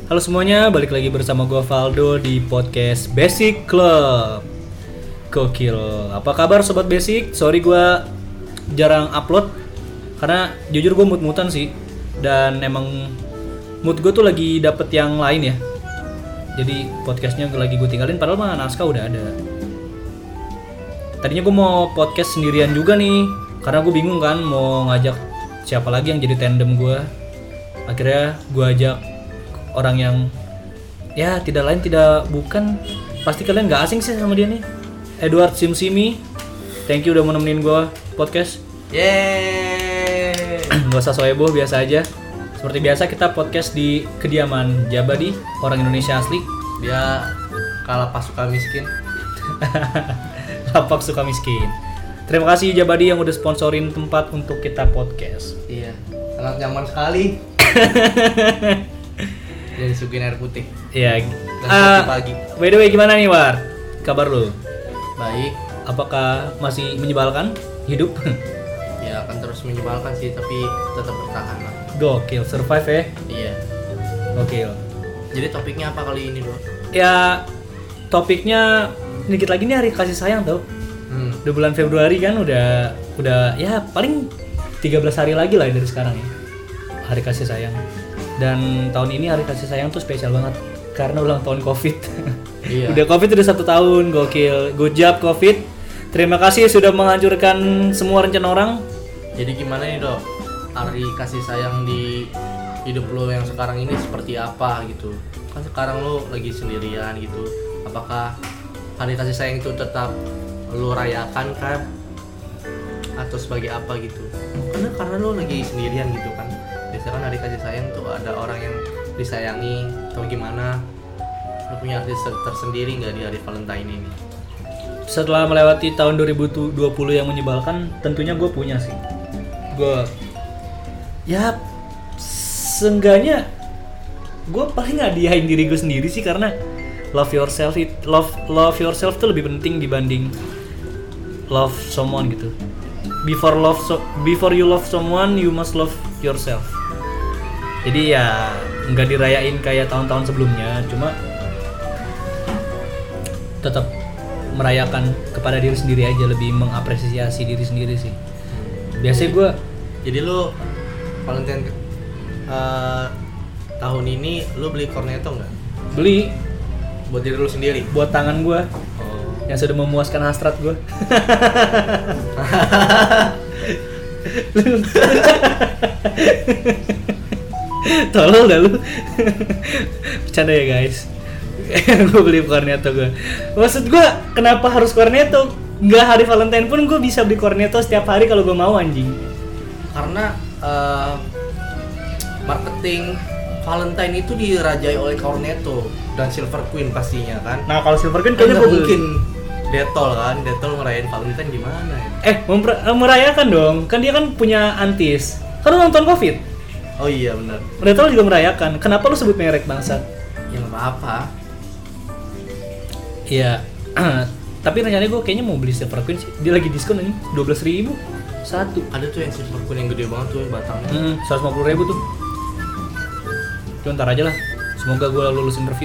Halo semuanya, balik lagi bersama gue Valdo di podcast Basic Club. Gokil. Apa kabar Sobat Basic? Sorry gue jarang upload karena jujur gue mood-moodan sih. Dan emang mood gue tuh lagi dapet yang lain ya. Jadi podcastnya lagi gue tinggalin padahal mah naskah udah ada. Tadinya gue mau podcast sendirian juga nih, karena gue bingung kan mau ngajak siapa lagi yang jadi tandem gue. Akhirnya gue ajak orang yang ya tidak lain tidak bukan, pasti kalian nggak asing sih sama dia nih, Edward Simsimi. Thank you udah mau nemenin gue podcast. Yeay. Gak usah soheboh, biasa aja. Seperti biasa kita podcast di kediaman Jabadi, orang Indonesia asli. Dia kalapas suka miskin. Lapak suka miskin. Terima kasih Jabadi yang udah sponsorin tempat untuk kita podcast. Iya, sangat nyaman sekali. Dan disuguhin air putih. Iya. Dan pagi. By the way gimana nih War? Kabar lu? Baik. Apakah masih menyebalkan hidup? Ya akan terus menyebalkan sih, tapi tetap bertahan lah. Gokil, survive ya? Iya. Gokil. Jadi topiknya apa kali ini, Bro? Ya topiknya dikit lagi nih hari kasih sayang tau. Udah bulan Februari kan udah ya paling 13 hari lagi lah dari sekarang ya. Hari kasih sayang. Dan tahun ini hari kasih sayang tuh spesial banget karena ulang tahun Covid. Iya. Udah Covid udah 1 tahun, gokil. Good job Covid. Terima kasih sudah menghancurkan semua rencana orang. Jadi gimana nih, Dok? Hari kasih sayang di hidup lo yang sekarang ini seperti apa gitu? Kan sekarang lo lagi sendirian gitu. Apakah hari kasih sayang itu tetap lo rayakan kan? Atau sebagai apa gitu? Karena lo lagi sendirian gitu kan. Biasanya kan hari kasih sayang tuh ada orang yang disayangi atau gimana. Lo punya arti tersendiri nggak di hari Valentine ini? Setelah melewati tahun 2020 yang menyebalkan, tentunya gue punya sih. Gue ya seenggaknya gue paling ngadiain diri gue sendiri sih, karena love yourself tuh lebih penting dibanding love someone gitu. Before you love someone, you must love yourself. Jadi ya nggak dirayain kayak tahun-tahun sebelumnya, cuma tetap merayakan kepada diri sendiri aja, lebih mengapresiasi diri sendiri sih. Biasanya gue. Jadi lo Valentine tahun ini lo beli cornetto nggak? Beli Buat diri lo sendiri? buat tangan gue Oh. yang sudah memuaskan hasrat gue. Tolol dah lu. Bercanda ya guys. Gue beli cornetto gue. Maksud gue kenapa harus cornetto? Nggak hari Valentine pun gue bisa beli cornetto setiap hari kalau gue mau, anjing. Karena marketing Valentine itu dirajai oleh Cornetto dan Silver Queen pastinya kan. Nah kalau Silver Queen Kayaknya kayaknya gue mungkin Detol kan, Detol ngerayain Valentine gimana ya? merayakan dong, kan dia kan punya antis. Kan lu nonton Covid. Oh iya benar. Detol juga merayakan. Kenapa lu sebut merek bangsat? Ya nggak apa-apa. Iya. Tapi rencananya gue kayaknya mau beli Silver Queen sih. Dia lagi diskon nih, 12.000 satu. Ada tuh yang Silver Queen yang gede banget tuh batangnya. 150.000 tuh. Cuma ntar aja lah. Semoga gue lulus interview.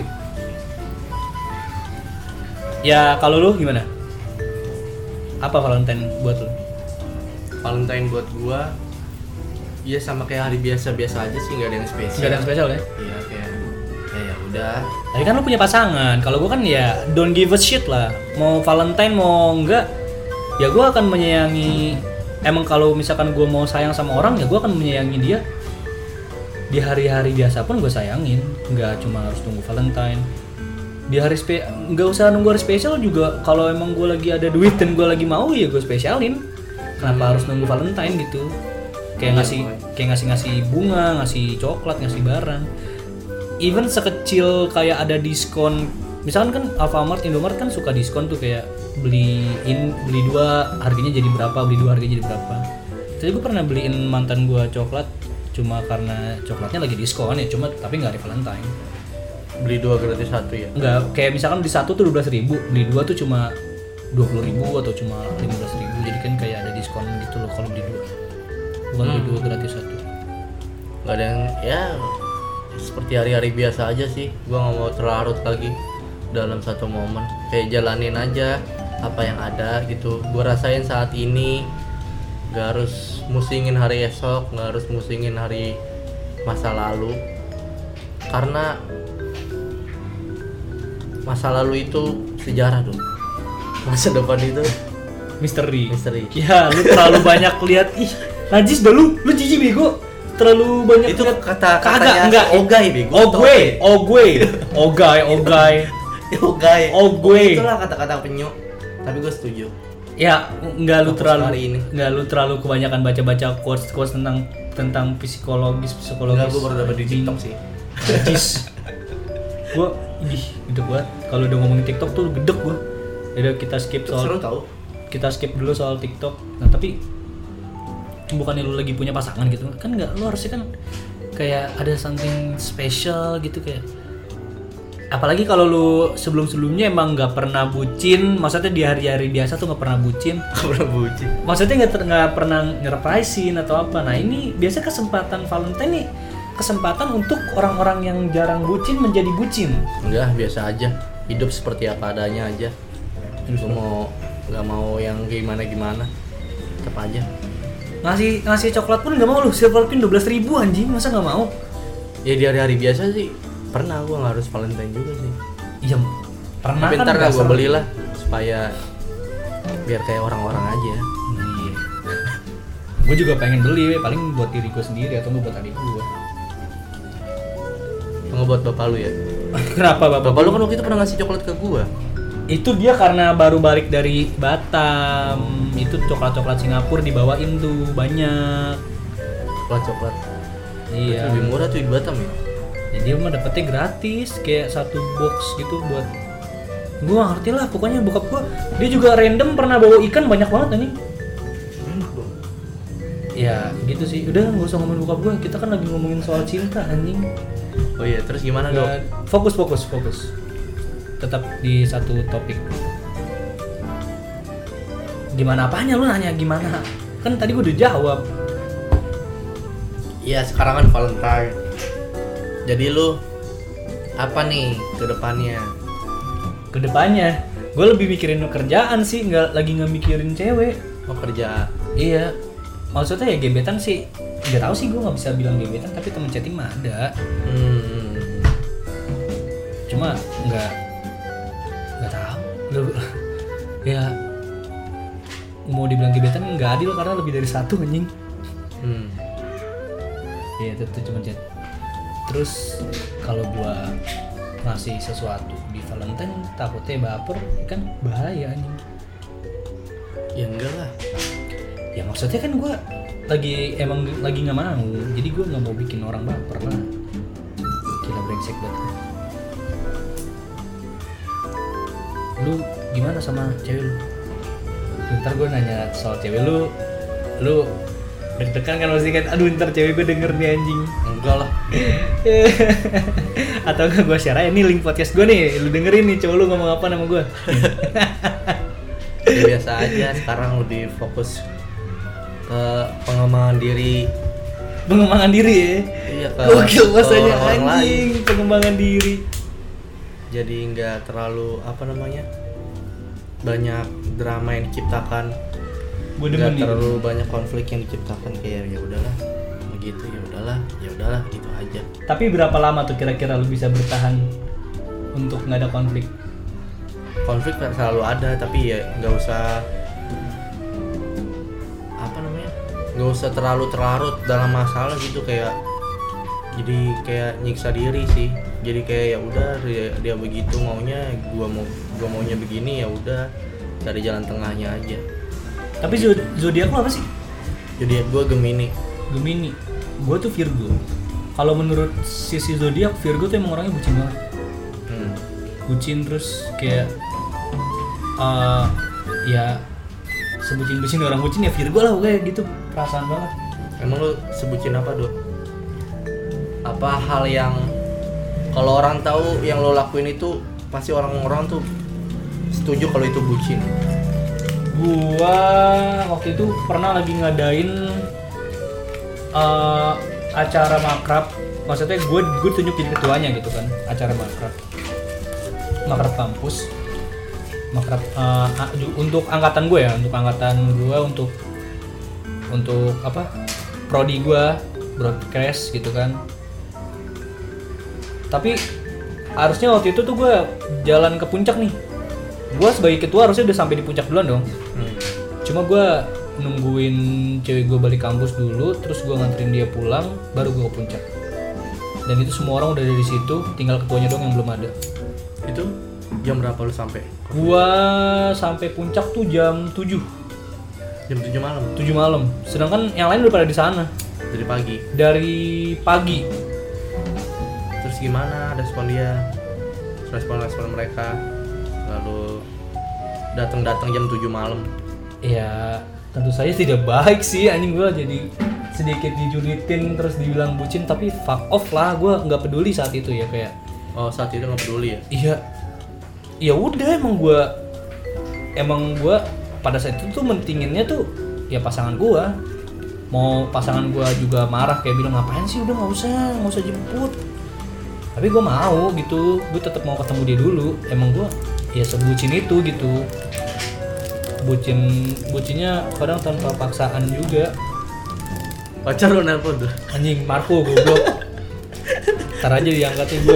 Ya kalau lu gimana? Apa Valentine buat lu? Valentine buat gua ya sama kayak hari biasa-biasa aja sih, nggak ada yang spesial. Gak ada yang spesial ya? Iya kayak ya udah. Tapi kan lu punya pasangan. Kalau gue kan ya don't give a shit lah. Mau Valentine mau enggak, ya gue akan menyayangi. Emang kalau misalkan gue mau sayang sama orang, ya gue akan menyayangi dia. Di hari-hari biasa pun gue sayangin, nggak cuma harus tunggu Valentine. Di hari nggak usah nunggu hari spesial juga. Kalau emang gue lagi ada duit dan gue lagi mau, ya gue spesialin. Kenapa harus nunggu Valentine gitu? Kayak ngasih bunga, ngasih coklat, ngasih barang. Even sekecil kayak ada diskon. Misalkan kan Alfamart, Indomart kan suka diskon tuh, kayak beli 2 harganya jadi berapa, beli 2 harganya jadi berapa. Jadi gue pernah beliin mantan gue coklat cuma karena coklatnya lagi diskon ya, tapi nggak hari Valentine. Beli 2 gratis 1 ya? Enggak, kayak misalkan di 1 tuh 12.000, beli 2 tuh cuma 20.000 atau cuma 15.000. Jadi kan kayak ada diskon gitu loh kalau beli 2. Bukan beli 2 gratis 1. Nggak ada yang ya seperti hari-hari biasa aja sih. Gua nggak mau terlarut lagi dalam satu momen, kayak jalanin aja apa yang ada gitu. Gua rasain saat ini, nggak harus musingin hari esok, nggak harus musingin hari masa lalu, karena masa lalu itu sejarah tuh, masa depan itu Misteri. ya. Ya, lu terlalu banyak lihat. Ih, najis dah lu jijik bego. Terlalu banyak itu lihat. katanya enggak. Ogai bego. Ogai. Itulah kata-kata penyu, tapi gue setuju. Ya, enggak lu Fokus terlalu hari ini. enggak lu terlalu kebanyakan baca quotes tentang psikologis. Enggak, gue baru dapat di TikTok sih. Najis. Gua gedek banget kalau udah ngomongin TikTok tuh gedek gua. Udah kita skip Seru tau. Kita skip dulu soal TikTok. Nah, tapi bukannya lu lagi punya pasangan gitu kan, nggak, lu harusnya kan kayak ada something special gitu, kayak apalagi kalau lu sebelumnya emang nggak pernah bucin, maksudnya di hari-hari biasa tuh nggak pernah bucin, maksudnya nggak pernah ngerprisein atau apa. Nah, ini biasa kesempatan Valentine nih, kesempatan untuk orang-orang yang jarang bucin menjadi bucin. Enggak, biasa aja, hidup seperti apa adanya aja. Gue nggak mau yang gimana, tetap aja. Ngasih coklat pun nggak mau lu, silver pin 12.000 anjing, masa nggak mau? Ya di hari-hari biasa sih pernah, gue nggak harus Valentine juga sih. Iya, pernah. Tapi kan ntar gue seru. belilah supaya biar kayak orang-orang aja. Iya. Gue juga pengen beli, paling buat diri gue sendiri atau buat adik gue. Nggak buat bapak lu ya? Kenapa Bapak lu kan waktu itu pernah ngasih coklat ke gue. Itu dia karena baru balik dari Batam, itu coklat Singapura dibawain tuh banyak. Coklat. Iya. Lebih murah tuh di Batam ya? Ya, dia mah dapetnya gratis, kayak satu box gitu buat. Gue gak ngerti lah, pokoknya bokap gue dia juga random pernah bawa ikan banyak banget nih. Enak dong. Ya gitu sih, udah gak usah ngomongin bokap gue, kita kan lagi ngomongin soal cinta anjing. Oh iya, terus gimana dong? Fokus. Tetap di satu topik. Gimana apanya, lu nanya gimana? Kan tadi gue udah jawab. Iya, sekarang kan Valentine. Jadi lu apa nih ke depannya? Kedepannya, gue lebih mikirin kerjaan sih, nggak mikirin cewek. Mau kerja? Iya, maksudnya ya gebetan sih. Nggak tahu sih, gue nggak bisa bilang gebetan, tapi temen chatting mah ada. Cuma nggak tahu. Ya mau dibilang gebetan nggak adil karena lebih dari satu anjing. Iya, itu cuma chat. Terus kalau gua ngasih sesuatu di Valentine takutnya baper kan, bahaya anjing. Ya enggak lah. Ya maksudnya kan gua emang lagi nggak mau, jadi gua nggak mau bikin orang baper lah. Gila, brengsek banget. Lu gimana sama cewek lu? Ntar gue nanya soal cewek lu deg-degan kan pasti kan, aduh ntar cewek gue denger nih anjing. Enggak lah. Atau enggak gue share aja nih link podcast gue nih, lu dengerin nih cowok lu ngomong apa nama gue. Ya, biasa aja, sekarang lebih fokus ke pengembangan diri ya. Iya, Gokil bahasanya orang anjing lain. Pengembangan diri. Jadi nggak terlalu banyak drama yang diciptakan, nggak terlalu banyak konflik yang diciptakan, kayak ya udahlah begitu, ya udahlah gitu aja. Tapi berapa lama tuh kira-kira lu bisa bertahan untuk nggak ada konflik? Konflik kan selalu ada, tapi ya nggak usah nggak usah terlalu terlarut dalam masalah gitu, kayak jadi kayak nyiksa diri sih. Jadi kayak ya udah dia begitu maunya, gua maunya begini, ya udah cari jalan tengahnya aja. Tapi zodiak lu apa sih? Zodiak gua Gemini. Gua tuh Virgo. Kalau menurut sisi zodiak, Virgo tuh emang orangnya bucin banget. Bucin, terus kayak ya sebucin-bucin orang bucin ya Virgo lah, kayak gitu, perasaan banget. Emang lu sebucin apa, Dok? Apa hal yang kalau orang tahu yang lo lakuin itu pasti orang-orang tuh setuju kalau itu bucin? Gua waktu itu pernah lagi ngadain acara makrab maksudnya gue tunjuk jadi ketuanya gitu kan, acara makrab kampus, makrab untuk angkatan gue ya, untuk apa, prodi gue broadcast gitu kan. Tapi harusnya waktu itu tuh gue jalan ke puncak nih, gue sebagai ketua harusnya udah sampai di puncak duluan dong. Cuma gue nungguin cewek gue balik kampus dulu, terus gue nganterin dia pulang, baru gue ke puncak. Dan itu semua orang udah ada di situ, tinggal ketuanya doang yang belum ada. Itu jam berapa lu sampai? Gua sampai puncak tuh jam 7. Jam 7 malam. 7 malam. Sedangkan yang lain udah pada di sana. Dari pagi. Dari pagi. Terus gimana respon dia? Respon mereka. Lalu datang jam 7 malam. Ya, tentu saja tidak baik sih, anjing. Gua jadi sedikit dijulitin terus dibilang bucin, tapi fuck off lah, gua nggak peduli saat itu ya, kayak. Oh, saat itu nggak peduli ya? Iya. Ya udah, emang gua pada saat itu tuh mentinginnya tuh ya pasangan gua. Mau pasangan gua juga marah kayak bilang ngapain sih, udah nggak usah jemput. Tapi gua mau gitu, gua tetap mau ketemu dia dulu. Emang gua ya sebucin itu gitu. Bucinnya kadang tanpa paksaan juga. Pacar lu nelpon tuh? Anjing, Marco goblok. Ntar aja diangkatnya gua.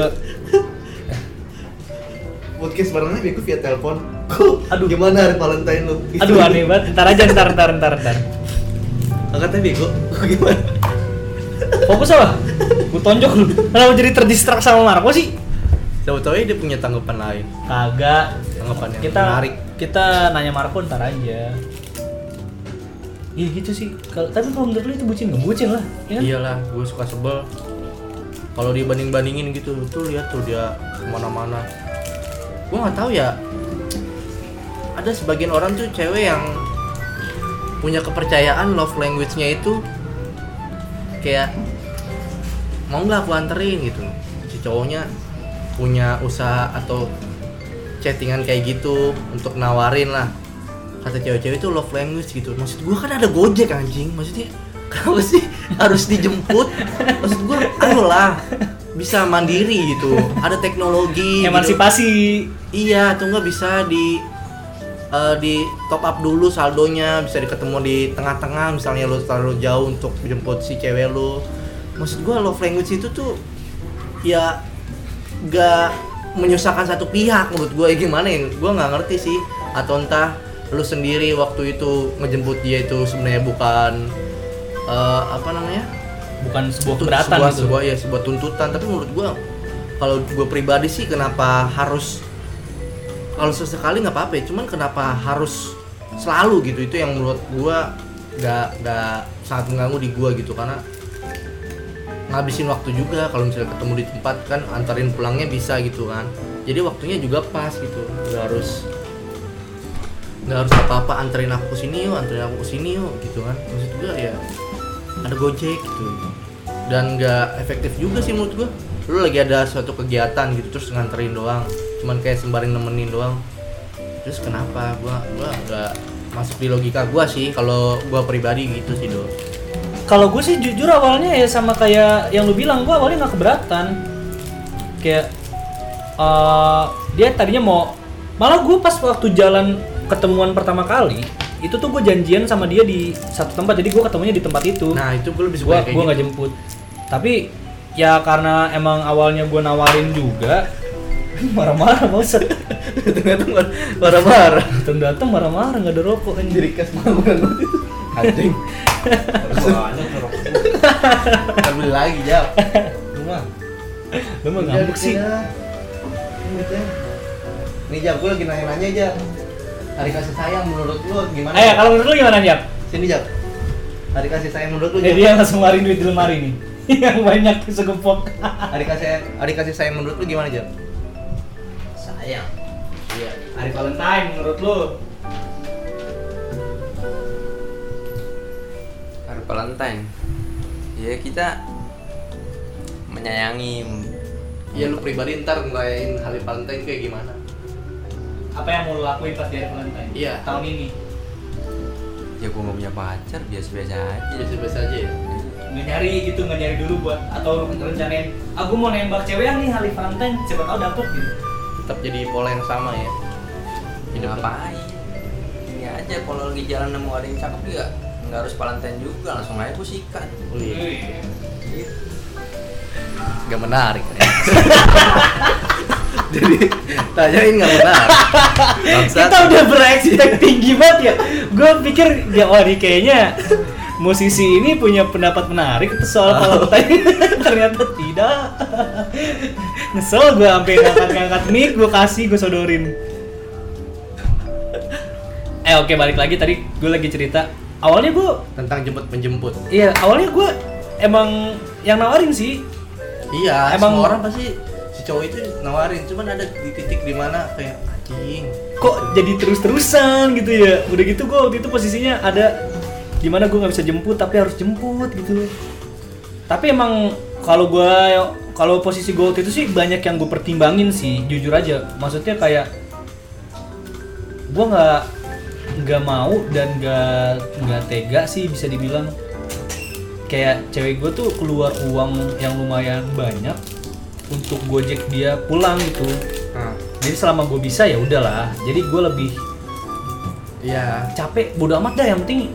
Podcast barengnya Beko via telepon. Aduh, Gimana hari Valentine lu? aduh aneh banget. Ntar. Angkatnya Beko. Gimana? Fokus apa? Gua tonjok lu. Kenapa jadi terdistrak sama Marco sih? Tahu dia punya tanggapan lain. Kagak. Tanggapan yang menarik. Kita nanya Marco ntar aja. Iya gitu sih. Tapi kalau menurut lu itu bucin nggak? Bucin lah. Ya? Iyalah, gue suka sebel. Kalau dibanding-bandingin gitu, tuh lihat tuh dia kemana-mana. Gue nggak tahu ya. Ada sebagian orang tuh cewek yang punya kepercayaan love language-nya itu kayak mau nggak aku anterin gitu. Si cowoknya punya usaha atau chattingan kayak gitu untuk nawarin lah. Kata cewek-cewek itu love language gitu. Maksud gue kan ada Gojek anjing. Maksudnya kenapa sih harus dijemput? Maksud gue ayolah, bisa mandiri gitu. Ada teknologi Emansipasi gitu. Iya, atau enggak bisa di top up dulu saldonya, bisa ketemu di tengah-tengah misalnya lo terlalu jauh untuk jemput si cewek lo. Maksud gue love language itu tuh ya gak menyusahkan satu pihak menurut gue. Gimana ya, gue nggak ngerti sih. Atau entah lu sendiri waktu itu ngejemput dia itu sebenarnya bukan bukan sebuah keberatan gitu. Sebuah tuntutan. Tapi menurut gue, kalau gue pribadi sih, kenapa harus, kalau sesekali nggak apa-apa, cuman kenapa harus selalu gitu? Itu yang menurut gue nggak sangat mengganggu di gue gitu, karena ngabisin waktu juga. Kalau misalnya ketemu di tempat kan antarin pulangnya bisa gitu kan, jadi waktunya juga pas gitu. Nggak harus apa-apa anterin aku kesini yuk gitu kan. Maksud gue ya ada Gojek gitu, dan nggak efektif juga sih menurut gue. Lu lagi ada suatu kegiatan gitu terus nganterin doang, cuman kayak sembaring nemenin doang. Terus kenapa gua nggak masuk di logika gua sih, kalau gua pribadi gitu sih Do. Kalau gue sih jujur awalnya ya sama kayak yang lu bilang, gue awalnya nggak keberatan. Kayak dia tadinya mau, malah gue pas waktu jalan ketemuan pertama kali itu tuh gue janjian sama dia di satu tempat, jadi gue ketemunya di tempat itu. Nah itu gue lebih suka kayak gue nggak jemput, tapi ya karena emang awalnya gue nawarin juga. Marah-marah maksud. Datang marah-marah nggak ada rokok kan. Jadi kas mau anjing. banyak rokok. Kita beli lagi ya. Lu mah ngambek sih. Nih Jak, gue lagi nanya-nanya aja. Hari kasih sayang menurut lu gimana? Ayo, kalau menurut lu gimana, Jak? Sini Jak. Hari kasih sayang menurut lu Dia langsung ngeluarin duit di lemari nih. Yang banyak segepok. Hari kasih sayang menurut lu gimana Jak? Sayang. Iya. Hari Valentine menurut lu? Hari Valentine. Ya kita menyayangi. Iya lu pribadi ntar ngerayain hari Valentine kayak gimana? Apa yang mau lu lakuin pas di hari Valentine? Iya. Tahun ini. Ya gue gak punya pacar, biasa-biasa aja. Biasa-biasa aja ya? nyari dulu buat atau rencanain aku mau nembak cewek nih hari Valentine siapa tahu dapet gitu. Tetap jadi pola yang sama ya. Hidup ngapain? Ini aja kalau lagi jalan nemu ada yang cakep juga nggak harus Valentine juga, langsung aja gue sikat. Gak menarik. Jadi tanyain nggak menarik. Kita udah berekspektasi tinggi banget ya. Gue pikir ya wah kayaknya musisi ini punya pendapat menarik soal Valentine. Ternyata tidak. Nyesel gue sampai ngangkat mic, gue sodorin. Oke, balik lagi tadi gue lagi cerita. Awalnya gue tentang jemput-menjemput. Iya, awalnya gue emang yang nawarin sih. Iya, emang semua orang pasti si cowok itu nawarin, cuman ada di titik dimana kayak anjing. Kok jadi terus-terusan gitu ya? Udah gitu gue waktu itu posisinya ada dimana gue nggak bisa jemput tapi harus jemput gitu. Tapi emang kalau posisi gue waktu itu sih banyak yang gue pertimbangin sih, jujur aja. Maksudnya kayak gue nggak mau dan nggak tega sih bisa dibilang. Kayak cewek gue tuh keluar uang yang lumayan banyak untuk gojek dia pulang gitu. Jadi selama gue bisa ya udahlah. Jadi gue lebih capek bodo amat dah, yang penting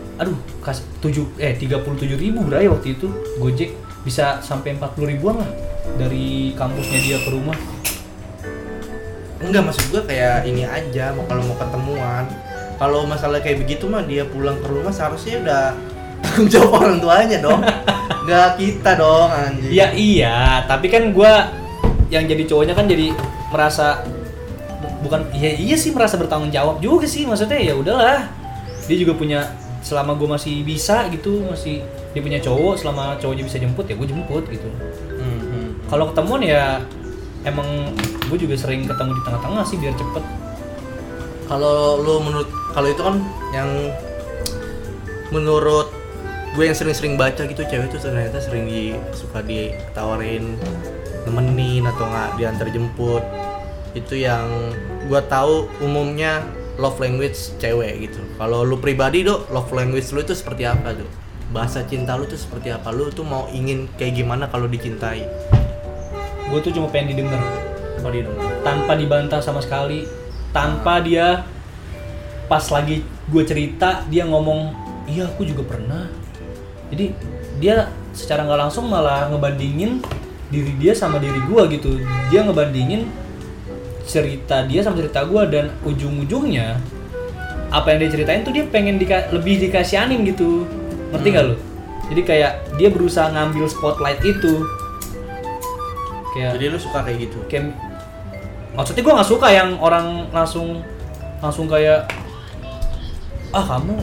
37.000 berai waktu itu gojek bisa sampai 40 ribuan lah dari kampusnya dia ke rumah. Enggak, maksud gue kayak ini aja, kalau mau ketemuan. Kalau masalah kayak begitu mah dia pulang ke rumah seharusnya udah tanggung jawab orang tuanya dong. Nggak kita dong anjing. Ya iya, tapi kan gue yang jadi cowoknya kan jadi merasa iya sih merasa bertanggung jawab juga sih. Maksudnya ya udahlah, dia juga punya, selama gue masih bisa gitu, masih dia punya cowok, selama cowoknya bisa jemput ya gue jemput gitu. Kalau ketemuan ya emang gue juga sering ketemu di tengah-tengah sih biar cepet. Kalau itu kan yang menurut gue yang sering baca gitu, cewek itu ternyata sering suka ditawarin nemenin atau nggak diantar jemput. Itu yang gue tahu umumnya love language cewek gitu. Kalau lu pribadi Dok, love language lu itu seperti apa Dok? Bahasa cinta lu tuh seperti apa? Lu tuh mau ingin kayak gimana kalau dicintai? Gue tuh cuma pengen didengar. Tanpa dibantah sama sekali, tanpa dia pas lagi gue cerita dia ngomong iya aku juga pernah. Jadi dia secara nggak langsung malah ngebandingin diri dia sama diri gue gitu. Dia ngebandingin cerita dia sama cerita gue, dan ujung-ujungnya apa yang dia ceritain tuh dia pengen lebih dikasihanin gitu. Ngerti nggak lu? Jadi kayak dia berusaha ngambil spotlight itu. Jadi lu suka kayak gitu? Kayak, maksudnya gue nggak suka yang orang langsung kayak kamu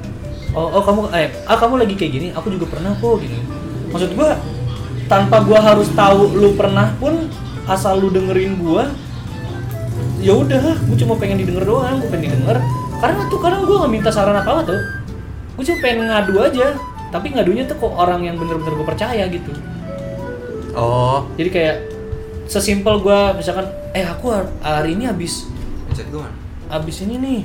kamu lagi kayak gini, aku juga pernah kok gini. Maksud gue tanpa gue harus tahu lu pernah pun, asal lu dengerin gue, ya udah, gue cuma pengen didengar doang, gue pengen didengar. Karena tuh kadang gue nggak minta saran apa tuh, gue cuma pengen ngadu aja. Tapi ngadunya tuh kok orang yang bener-bener gue percaya gitu. Oh, jadi kayak sesimpel gue misalkan, aku hari ini habis ini nih,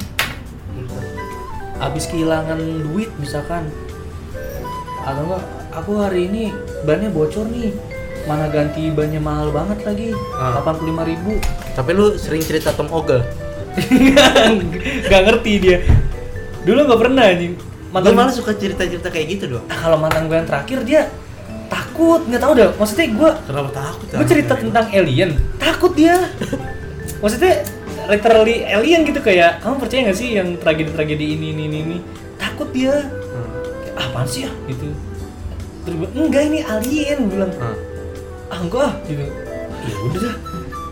habis kehilangan duit misalkan, atau enggak aku hari ini bannya bocor nih, mana ganti bannya mahal banget lagi, 85.000. Tapi lu sering cerita Tom Ogel? Gak ngerti dia. Dulu gak pernah anjing. Gue malah suka cerita-cerita kayak gitu doang. Kalau mantan gue yang terakhir dia takut, nggak tahu dah. Maksudnya gue kenapa takut? Gue cerita tentang alien, takut dia. Maksudnya literally alien gitu, kayak kamu percaya nggak sih yang tragedi ini? Takut dia. Apaan sih ya gitu. Terus gue, enggak ini alien, gue bilang. Enggak gitu. Ya udah dah.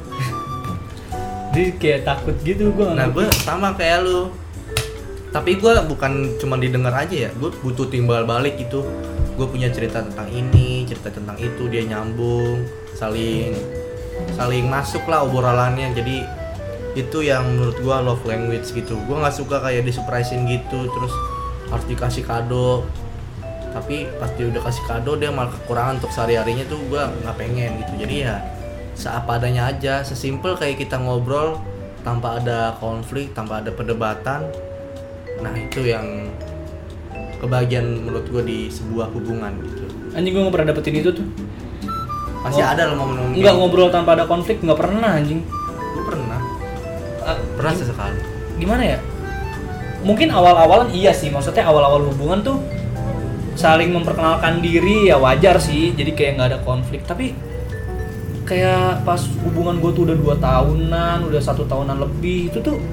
Jadi kayak takut gitu gue. Nah gue sama kayak lu. Tapi gue bukan cuma didengar aja ya, gue butuh timbal balik gitu. Gue punya cerita tentang ini, cerita tentang itu, dia nyambung, saling masuk lah obrolannya. Jadi itu yang menurut gue love language gitu. Gue nggak suka kayak disurprisein gitu, terus harus dikasih kado. Tapi pas dia udah kasih kado dia malah kekurangan untuk sehari-harinya tuh gue nggak pengen gitu. Jadi ya seapa adanya aja, sesimpel kayak kita ngobrol tanpa ada konflik, tanpa ada perdebatan. Nah itu yang kebahagiaan menurut gue di sebuah hubungan gitu. Anjing gue nggak pernah dapetin itu tuh. Masih ada lo momen-momen Nggak ngobrol tanpa ada konflik, nggak pernah anjing. Gue pernah Pernah sesekali. Gimana ya? Mungkin awal-awalan iya sih, maksudnya awal-awal hubungan tuh saling memperkenalkan diri ya wajar sih, jadi kayak nggak ada konflik. Tapi kayak pas hubungan gue tuh udah 2 tahunan, udah 1 tahunan lebih, itu tuh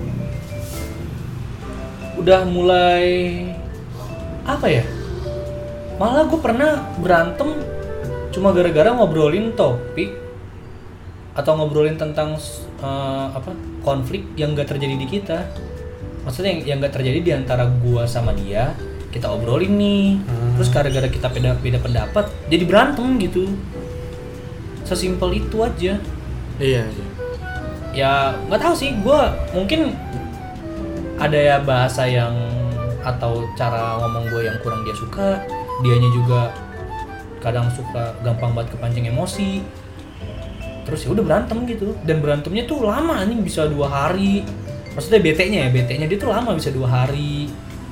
udah mulai apa ya? Malah gue pernah berantem cuma gara-gara ngobrolin topik atau ngobrolin tentang konflik yang nggak terjadi di kita. Maksudnya yang nggak terjadi di antara gua sama dia, kita obrolin nih. Terus gara-gara kita beda pendapat, jadi berantem gitu. Sesimpel itu aja. Iya. Ya nggak tahu sih, gua mungkin ada ya bahasa yang atau cara ngomong gue yang kurang dia suka. Dianya juga kadang suka gampang banget kepancing emosi. Terus ya udah berantem gitu. Dan berantemnya tuh lama anjing, bisa 2 hari. Maksudnya BT-nya dia tuh lama, bisa 2 hari.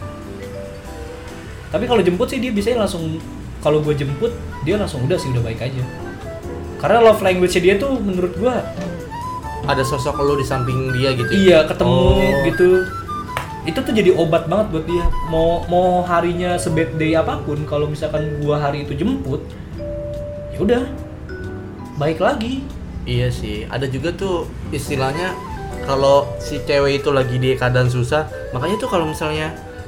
Tapi kalau jemput sih dia biasanya langsung, kalau gue jemput dia langsung udah baik aja. Karena love language-nya dia tuh menurut gue ada sosok lo di samping dia gitu. Iya, ketemu gitu. Itu tuh jadi obat banget buat dia. Mau harinya se-bad day apapun, kalau misalkan gue hari itu jemput, ya udah baik lagi. Iya sih, ada juga tuh istilahnya kalau si cewek itu lagi di keadaan susah, makanya tuh kalau misalnya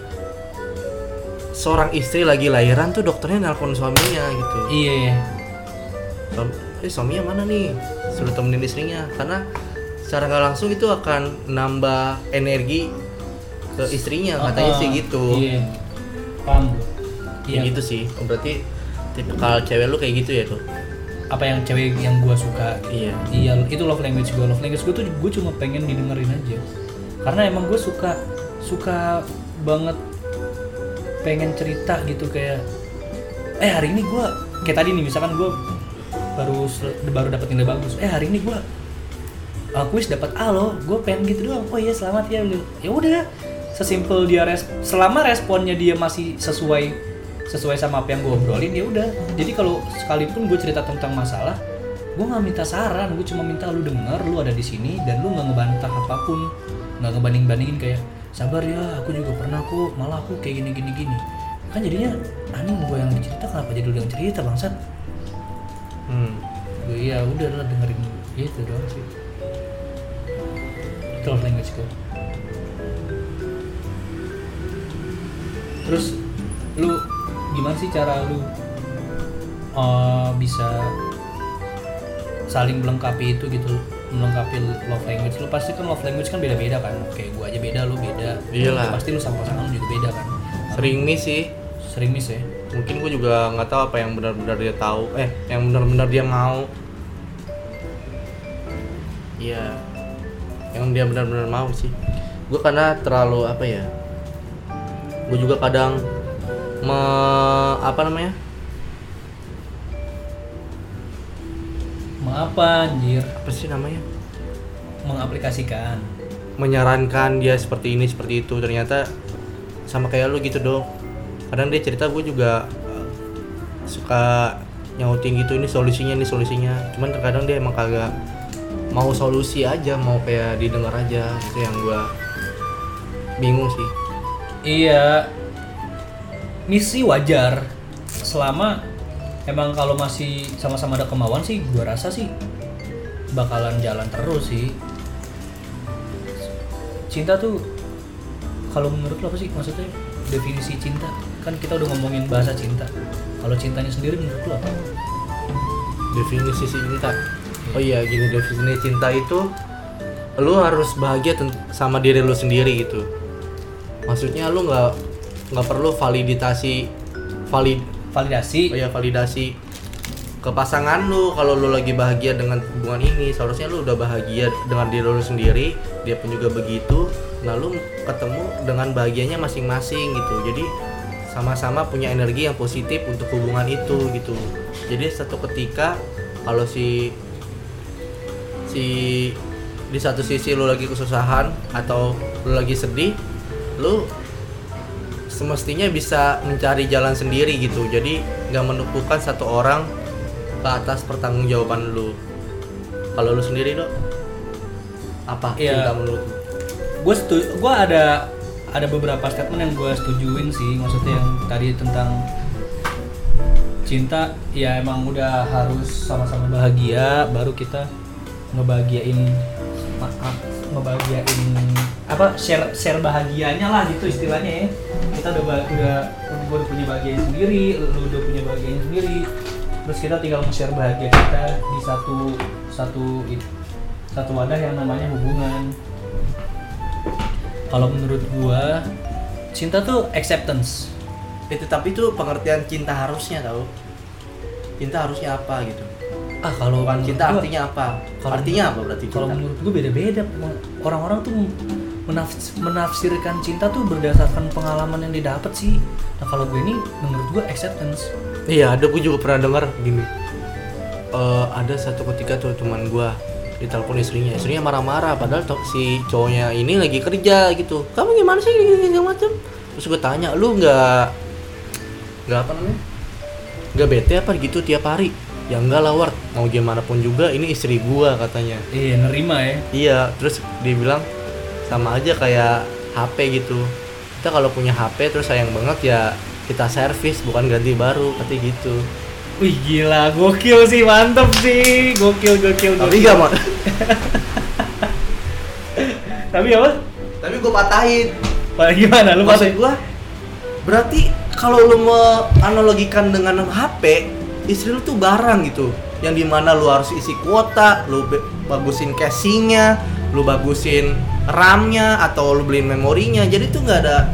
seorang istri lagi lahiran tuh dokternya nelpon suaminya gitu. Iya. Suaminya mana nih? Suruh temenin istrinya, karena secara nggak langsung itu akan nambah energi ke istrinya, katanya sih gitu. Iya. Paham. Iya gitu sih. Berarti tipikal cewek lu kayak gitu ya tuh. Apa yang cewek yang gue suka. Iya. Itu love language gue tuh gue cuma pengen didengerin aja, karena emang gue suka banget pengen cerita gitu, kayak hari ini gue kayak tadi nih, misalkan gue baru dapat nilai bagus, hari ini gue kuis dapat A loh, gue pengen gitu doang. Oh iya selamat ya. Ya udah, sesimpel dia selama responnya dia masih sesuai sama apa yang gue obrolin, ya udah. Jadi kalau sekalipun gue cerita tentang masalah, gue nggak minta saran, gue cuma minta lu denger, lu ada di sini dan lu nggak ngebantah apapun, nggak ngebanding-bandingin kayak sabar ya, aku juga pernah kok, malah aku kayak gini. Kan jadinya anjing, gue yang cerita kenapa jadi lu yang cerita bangsat. Ya udah lah, dengerin gitu doang sih. Itu love language gue. Terus lu gimana sih cara lu bisa saling melengkapi itu gitu, melengkapi love language lu? Pasti kan love language kan beda-beda kan, kayak gua aja beda, lu beda. Iyalah. Pasti lu sama pasangan lu juga beda kan. Sering miss ya. Mungkin gua juga nggak tahu apa yang benar-benar dia tahu, yang benar-benar dia mau. Iya, yang dia benar-benar mau sih. Gua karena terlalu apa ya, gua juga kadang anjir? Apa sih namanya? Mengaplikasikan. Menyarankan dia seperti ini, seperti itu. Ternyata sama kayak lu gitu dong. Kadang dia cerita, gue juga suka nyautin gitu, ini solusinya. Cuman terkadang dia emang kagak mau solusi aja, mau kayak didengar aja. Itu yang gue bingung sih. Iya. Misi wajar selama emang kalau masih sama-sama ada kemauan sih, gua rasa sih bakalan jalan terus sih. Cinta tuh kalau menurut lo apa sih maksudnya definisi cinta? Kan kita udah ngomongin bahasa cinta. Kalau cintanya sendiri menurut lo apa? Definisi cinta. Oh iya, gini, definisi cinta itu lu harus bahagia sama diri lu sendiri gitu. Maksudnya lu nggak perlu validasi ke pasangan lu. Kalau lu lagi bahagia dengan hubungan ini, seharusnya lu udah bahagia dengan diri lu sendiri, dia pun juga begitu. Nah, lu ketemu dengan bahagianya masing-masing gitu. Jadi sama-sama punya energi yang positif untuk hubungan itu gitu. Jadi satu ketika kalau di satu sisi lu lagi kesusahan atau lu lagi sedih, lu semestinya bisa mencari jalan sendiri gitu. Jadi nggak menumpukan satu orang ke atas pertanggungjawaban lu. Kalau lu sendiri Dok, apa Iya. cinta menurut lu? Gue ada beberapa statement yang gue setujuin sih, maksudnya yang tadi tentang cinta ya emang udah harus sama-sama bahagia baru kita ngebahagiain share bahagianya lah gitu istilahnya ya. Kita gue udah punya bahagia sendiri, lu udah punya bahagia sendiri, terus kita tinggal nge-share bahagia kita di satu wadah yang namanya hubungan. Kalau menurut gua cinta tuh acceptance. Tapi itu pengertian cinta harusnya tau. Cinta harusnya apa gitu? Kalau Bukan menurut cinta gua- artinya apa? kalau- Artinya apa berarti Kalau cinta? menurut gue beda-beda. Orang-orang tuh menafsirkan cinta tuh berdasarkan pengalaman yang didapat sih. Nah kalau gue ini menurut gue acceptance. Iya, ada gue juga pernah dengar gini. Ada satu ketika tuh teman gue ditelepon istrinya marah-marah padahal si cowoknya ini lagi kerja gitu. Kamu gimana sih gini macam? Terus gue tanya, lu nggak apa namanya? Nggak bete apa gitu tiap hari? Ya enggak lah Ward, mau gimana pun juga ini istri gua katanya. Iya nerima ya. Iya, terus dia bilang sama aja kayak HP gitu. Kita kalau punya HP terus sayang banget ya kita servis bukan ganti baru katanya gitu. Wih gila, gokil sih, mantep sih, gokil. Tapi enggak mau. Tapi apa? Tapi gua patahin. Gimana? Lu Maksud gua berarti kalau lu mau analogikan dengan HP, istri lu tuh barang gitu. Yang dimana lu harus isi kuota, lu bagusin casingnya, lu bagusin RAM-nya atau lu beliin memorinya. Jadi tuh nggak ada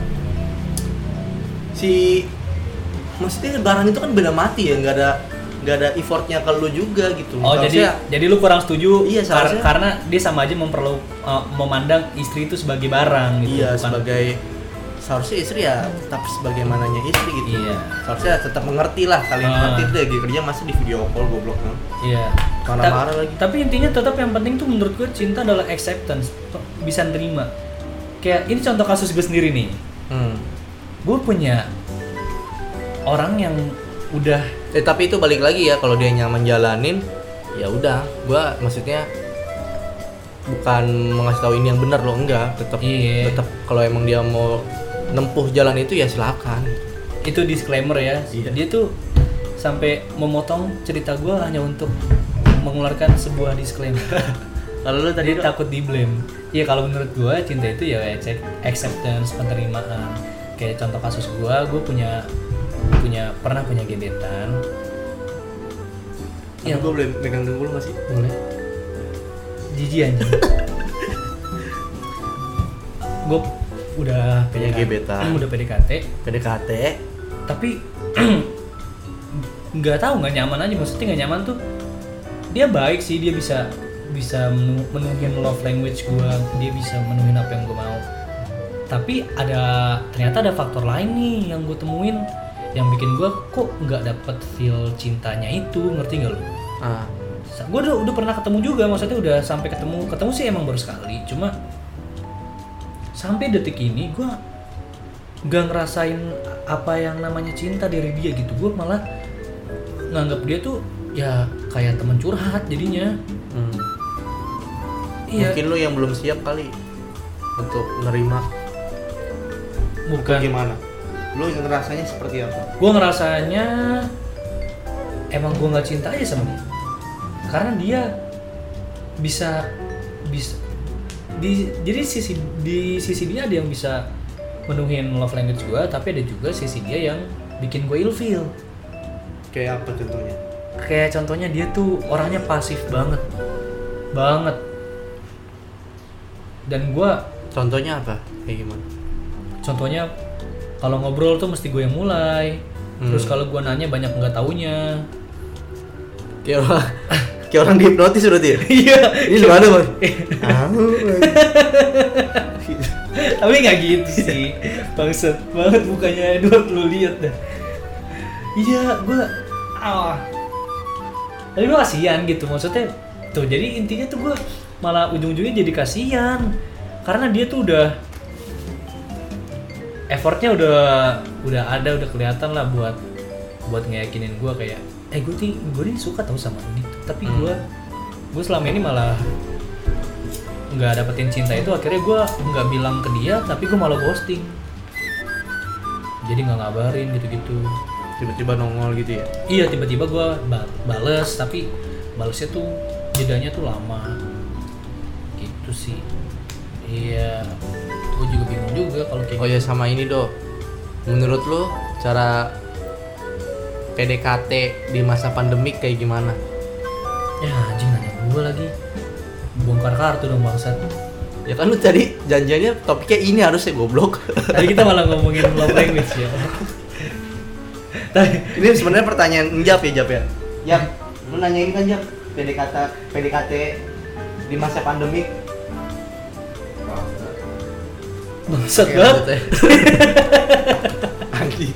maksudnya barang itu kan beda mati ya, nggak ada effortnya ke lu juga gitu. Oh jadi lu kurang setuju? Iya, seharusnya- karena dia sama aja memandang istri itu sebagai barang gitu. iya, bukan- seharusnya istri ya tetap sebagaimananya istri gitu. Iya. Seharusnya tetap mengerti lah, kalian mengerti deh, lagi kerja masa di video call goblok kan. Iya. Marah-marah lagi. Tapi intinya tetap yang penting tuh menurut gue cinta adalah acceptance, bisa nerima. Kayak ini contoh kasus gue sendiri nih. Gue punya orang yang udah Tapi itu balik lagi ya, kalau dia nyaman jalanin, ya udah. Gua maksudnya bukan mengasih tahu ini yang benar loh, enggak. Iya. Tetap kalau emang dia mau nempuh jalan itu ya silakan. itu disclaimer ya. Iya. Dia tuh sampai memotong cerita gue hanya untuk mengeluarkan sebuah disclaimer. Kalau lu tadi Dia takut di blame. Iya kalau menurut gue cinta itu ya acceptance, penerimaan. Kayak contoh kasus gue pernah punya gebetan. ya gua boleh megang dulu nggak sih? Boleh. Jijik anjing. Gue udah Punya gebetan. udah PDKT, PDKT. tapi nggak tahu, nggak nyaman aja. Maksudnya nggak nyaman tuh, dia baik sih, dia bisa menuhin love language gue, dia bisa menuhin apa yang gue mau. Tapi ternyata ada faktor lain nih yang gue temuin yang bikin gue kok nggak dapet feel cintanya itu, ngerti nggak lo? Gue udah pernah ketemu juga, maksudnya udah sampai ketemu sih emang baru sekali, cuma sampai detik ini gue nggak ngerasain apa yang namanya cinta dari dia gitu. Gue malah nganggap dia tuh ya kayak teman curhat jadinya. Iya. Mungkin lu yang belum siap kali untuk menerima. Bukan. Gimana? Lu ngerasanya seperti apa? Gue ngerasanya emang gue nggak cinta aja sama dia, karena dia bisa jadi di sisi dia ada yang bisa menuhin love language gue, tapi ada juga sisi dia yang bikin gue ilfeel. Kayak apa contohnya? Kayak contohnya dia tuh orangnya pasif banget. Dan gue Contohnya apa? Kayak gimana? contohnya kalau ngobrol tuh mesti gue yang mulai. Terus kalau gue nanya banyak nggak taunya. Kayak orang dihipnotis berarti ya? Iya. Ini gimana bang? Tapi nggak gitu sih. Bangsat banget mukanya Edward, lu lihat dah. Iya, gue tapi gue kasihan gitu, maksudnya tuh. Jadi intinya tuh gue malah ujung-ujungnya jadi kasihan karena dia tuh udah effortnya udah ada, udah kelihatan lah buat buat ngeyakinin gue kayak gue nih suka tau sama ini, tapi gue selama ini malah nggak dapetin cinta itu. Akhirnya gue nggak bilang ke dia, tapi gue malah ghosting, jadi nggak ngabarin gitu-gitu. Tiba-tiba nongol gitu ya? Iya, tiba-tiba gue bales, tapi balesnya tuh jedanya tuh lama gitu sih. Iya, gue juga bingung juga kalau kayak Oh ya, sama ini Do, menurut lo cara PDKT di masa pandemik kayak gimana? ya anjing, nanya gue lagi, bongkar kartu dong bangsat. Ya kan lu tadi janjiannya topiknya ini harusnya goblok. Tadi kita malah ngomongin love language ya. Ini sebenarnya pertanyaan Jap ya. Jap, lu nanya ini kan Jap, PDKT di masa pandemik. Bangsat Kayak banget. gitu ya. Anjing.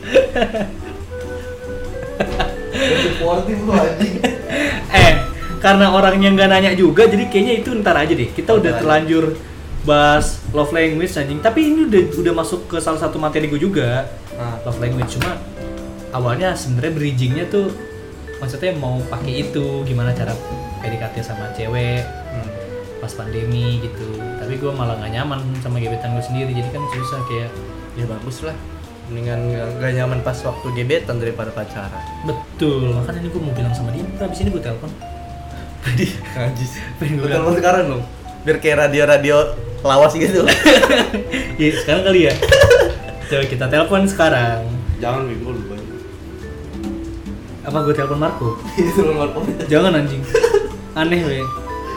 Supportif lu anjing. Karena orangnya nggak nanya juga, jadi kayaknya itu ntar aja deh. Kita udah terlanjur bahas love language anjing. Tapi ini udah masuk ke salah satu materi gue juga, love language. Cuma awalnya sebenarnya bridgingnya tuh maksudnya mau pakai itu gimana cara PDKT sama cewek pas pandemi gitu. Tapi gue malah nggak nyaman sama gebetan gue sendiri, jadi kan susah kayak. Ya bagus lah. Mendingan gak nyaman pas waktu gebetan daripada pacaran. Betul, makanya ini gue mau bilang sama dia. Abis ini gue telepon. Najis. Pengen gue Telepon sekarang dong. Biar kayak radio lawas gitu. Ya sekarang kali ya. Coba kita telepon sekarang. Jangan bingung lu. Apa gue telepon Marco? Itu telepon. Jangan anjing. Aneh weh.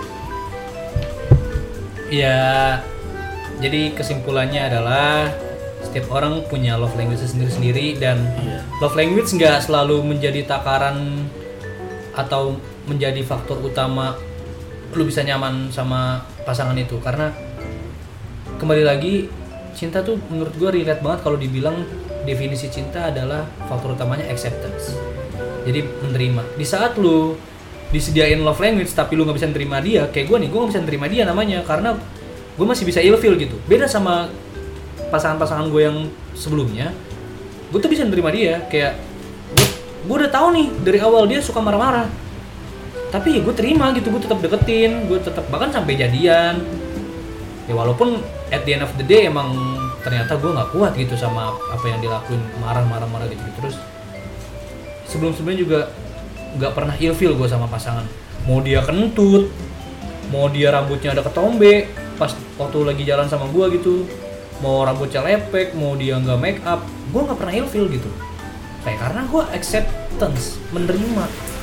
Ya, jadi kesimpulannya adalah setiap orang punya love language sendiri-sendiri, dan love language nggak selalu menjadi takaran atau menjadi faktor utama lu bisa nyaman sama pasangan itu. Karena kembali lagi, cinta tuh menurut gue relate banget kalau dibilang definisi cinta adalah faktor utamanya acceptance. Jadi menerima. Di saat lu disediain love language tapi lu nggak bisa nerima dia, kayak gue nggak bisa nerima dia namanya, karena gue masih bisa ilfeel gitu. Beda sama pasangan-pasangan gue yang sebelumnya, gue tuh bisa nerima dia. Kayak gue udah tahu nih dari awal dia suka marah-marah, tapi ya gue terima gitu, gue tetap deketin, gue tetap bahkan sampai jadian. Ya walaupun at the end of the day emang ternyata gue nggak kuat gitu sama apa yang dilakuin, marah-marah gitu. Terus sebelum-sebelumnya juga nggak pernah ilfeel gue sama pasangan. Mau dia kentut, mau dia rambutnya ada ketombe pas waktu lagi jalan sama gue gitu, mau rambutnya lepek, mau dia nggak make up, gue nggak pernah ilfeel gitu. Kayak karena gue acceptance, menerima.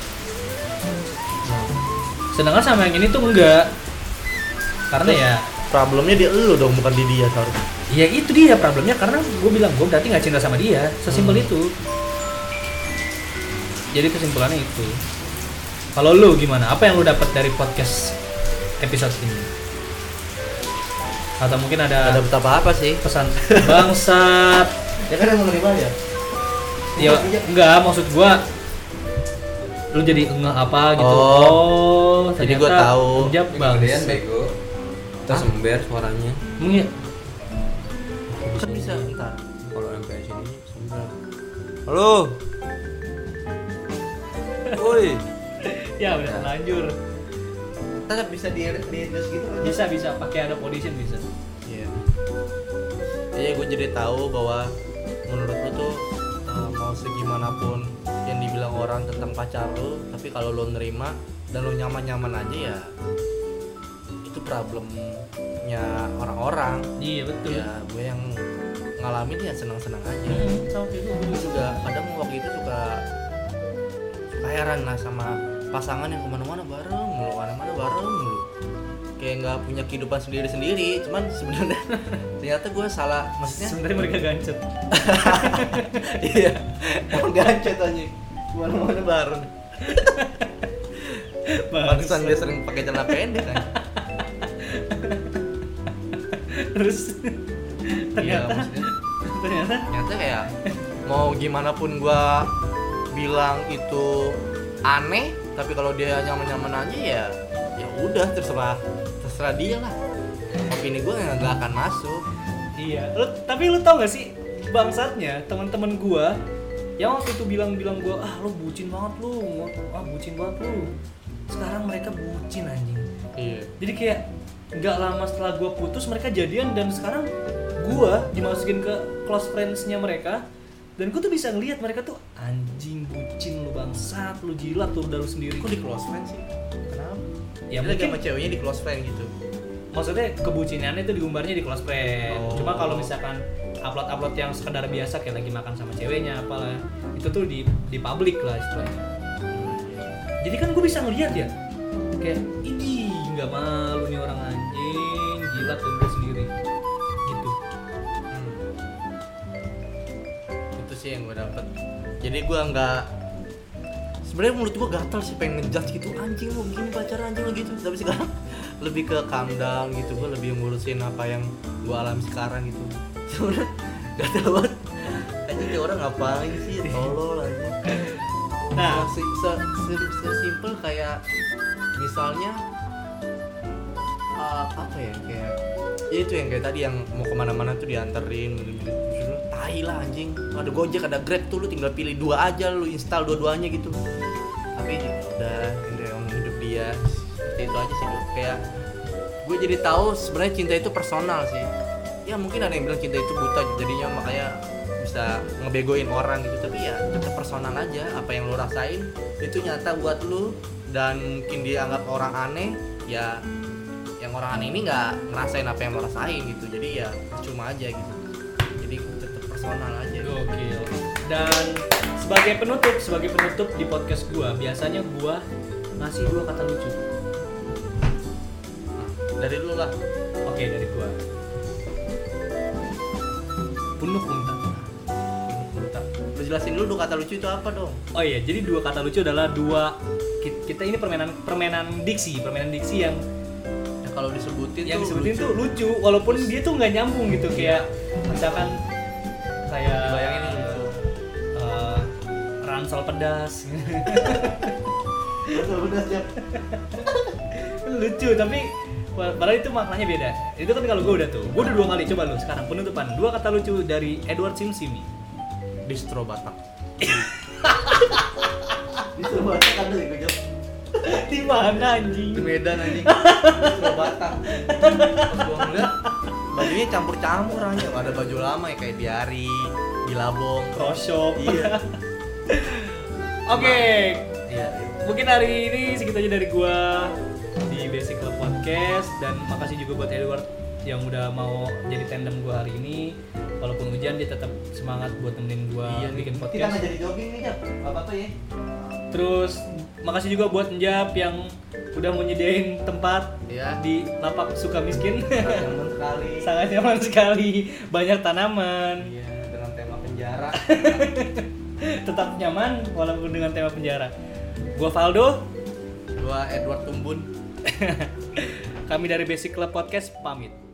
Sedangkan sama yang ini tuh enggak. Karena ya problemnya di elu dong, bukan di dia seharusnya. ya itu dia problemnya, karena gue bilang gue berarti nggak cinta sama dia, sesimpel itu. Jadi kesimpulannya itu. Kalau lu gimana? Apa yang lu dapat dari podcast episode ini? Atau mungkin ada apa sih? pesan bangsat? Ya kan yang menerima ya. Ya enggak, maksud gua lu jadi ngeh apa gitu. Oh, jadi gua tahu. Jawab bang. Kemudian bego. Terus ember suaranya. Emang ya? Kan bisa entar. Kalau sampai sini sebentar. Halo. Woi. Ya udah lanjut. Tetap bisa di terus gitu kan. Bisa pakai Adobe Audition bisa. Iya. Iya, gue jadi tahu bahwa menurut lu tuh mau segimanapun yang dibilang orang tentang pacar lu, tapi kalau lu nerima dan lu nyaman-nyaman aja ya itu problemnya orang-orang. Iya betul. Ya gue yang ngalamin ya senang-senang aja. Sama kayak Gue juga kadang waktu itu suka heran lah sama pasangan yang kemana-mana bareng mulu, kayak nggak punya kehidupan sendiri-sendiri. Cuman sebenarnya ternyata gue salah, maksudnya sebenarnya mereka gancet. iya, emang gancet aja kemana-mana bareng. Pantesan dia sering pakai celana pendek kan. Terus Iya, ternyata kayak mau gimana pun gue bilang itu aneh, tapi kalau dia nyaman-nyaman aja ya udah terserah dia lah. Opini gue nggak akan masuk. iya, tapi lu tau gak sih bangsatnya teman-teman gua yang waktu itu bilang gue lo bucin banget lu, bucin banget lu. Sekarang mereka bucin anjing. Iya. Jadi kayak nggak lama setelah gue putus mereka jadian dan sekarang gue dimasukin ke close friends-nya mereka dan gue tuh bisa ngelihat mereka tuh anjing bucin lu bangsat lu jilat lu udah lu sendiri. Kok di close friend sih? Kenapa? Ya Dia lagi mungkin sama ceweknya di close friend gitu. maksudnya kebucinannya itu diumbarnya di close friend. Oh. Cuma kalau misalkan upload yang sekedar biasa kayak lagi makan sama ceweknya apalah itu tuh di publik lah istilahnya. Jadi kan gue bisa ngelihat ya kayak ini nggak malu nih orang anjing jilat udah sendiri gitu. Itu sih yang gue dapet. Jadi gue nggak, sebenarnya mulut gue gatal sih pengen ngejudge gitu, anjing lu gini pacaran anjing lu gitu. Tapi sekarang lebih ke calm down gitu, gue lebih ngurusin apa yang gue alami sekarang gitu. Sebenarnya gatal banget. Anjing dia orang ngapain sih, tolol anjing. Nah, Sesimpel kayak misalnya apa ya, kayak ya itu yang kayak tadi yang mau kemana-mana tuh dianterin gitu. Tai lah anjing, ada Gojek ada Grab tuh lu tinggal pilih 2 aja, lu install dua-duanya gitu. Tapi udah yang hidup dia seperti itu aja sih. Kayak gue jadi tahu sebenarnya cinta itu personal sih. Ya mungkin ada yang bilang cinta itu buta jadinya makanya bisa ngebegoin orang gitu, tapi ya tetap personal aja. Apa yang lu rasain itu nyata buat lu dan mungkin dianggap orang aneh, ya yang orang aneh ini nggak ngerasain apa yang lu rasain gitu. Jadi ya cuma aja gitu. Jadi tetap personal aja gitu. gokil. Dan sebagai penutup di podcast gua biasanya gua ngasih 2 kata lucu. Dari lu lah. Oke, dari gua. Punuk muntah. Lu jelasin dulu 2 kata lucu itu apa dong? Oh iya, jadi 2 kata lucu adalah kita ini permainan diksi yang Ya, kalau disebutin disebutin lucu. tuh lucu walaupun dia tuh nggak nyambung gitu kayak misalkan kayak Dibayangin ini lucu. ransel pedas. Udah siap. Lucu tapi padahal itu maknanya beda. Itu kan kalau gue udah 2 kali. Coba lu sekarang penutupan 2 kata lucu dari Edward Simsimi. Distro Batak. Disuruh baca kan dari gue jawab. Di mana anjing? Di Medan anjing. Distro Batak. Pas gua ngeliat bajunya campur-campur aja. Ada baju lama ya kayak Diari, Bilabong, Cross-shop. Iya. Oke. Iya. Mungkin hari ini segitu aja dari gua di Basic Club Podcast dan makasih juga buat Edward yang udah mau jadi tandem gua hari ini. Walaupun hujan dia tetap semangat buat nemenin gua bikin Kita podcast. nggak jadi jogging nih Jap, apa-apa ya. Terus makasih juga buat Njap yang udah mau nyediain tempat Iya. di lapak suka miskin. Nyaman sekali. Sangat nyaman sekali, banyak tanaman. Iya, dengan tema penjara. Tetap nyaman walaupun dengan tema penjara. Gua Valdo, Gua Edward Tumbun. kami dari Basic Club Podcast pamit.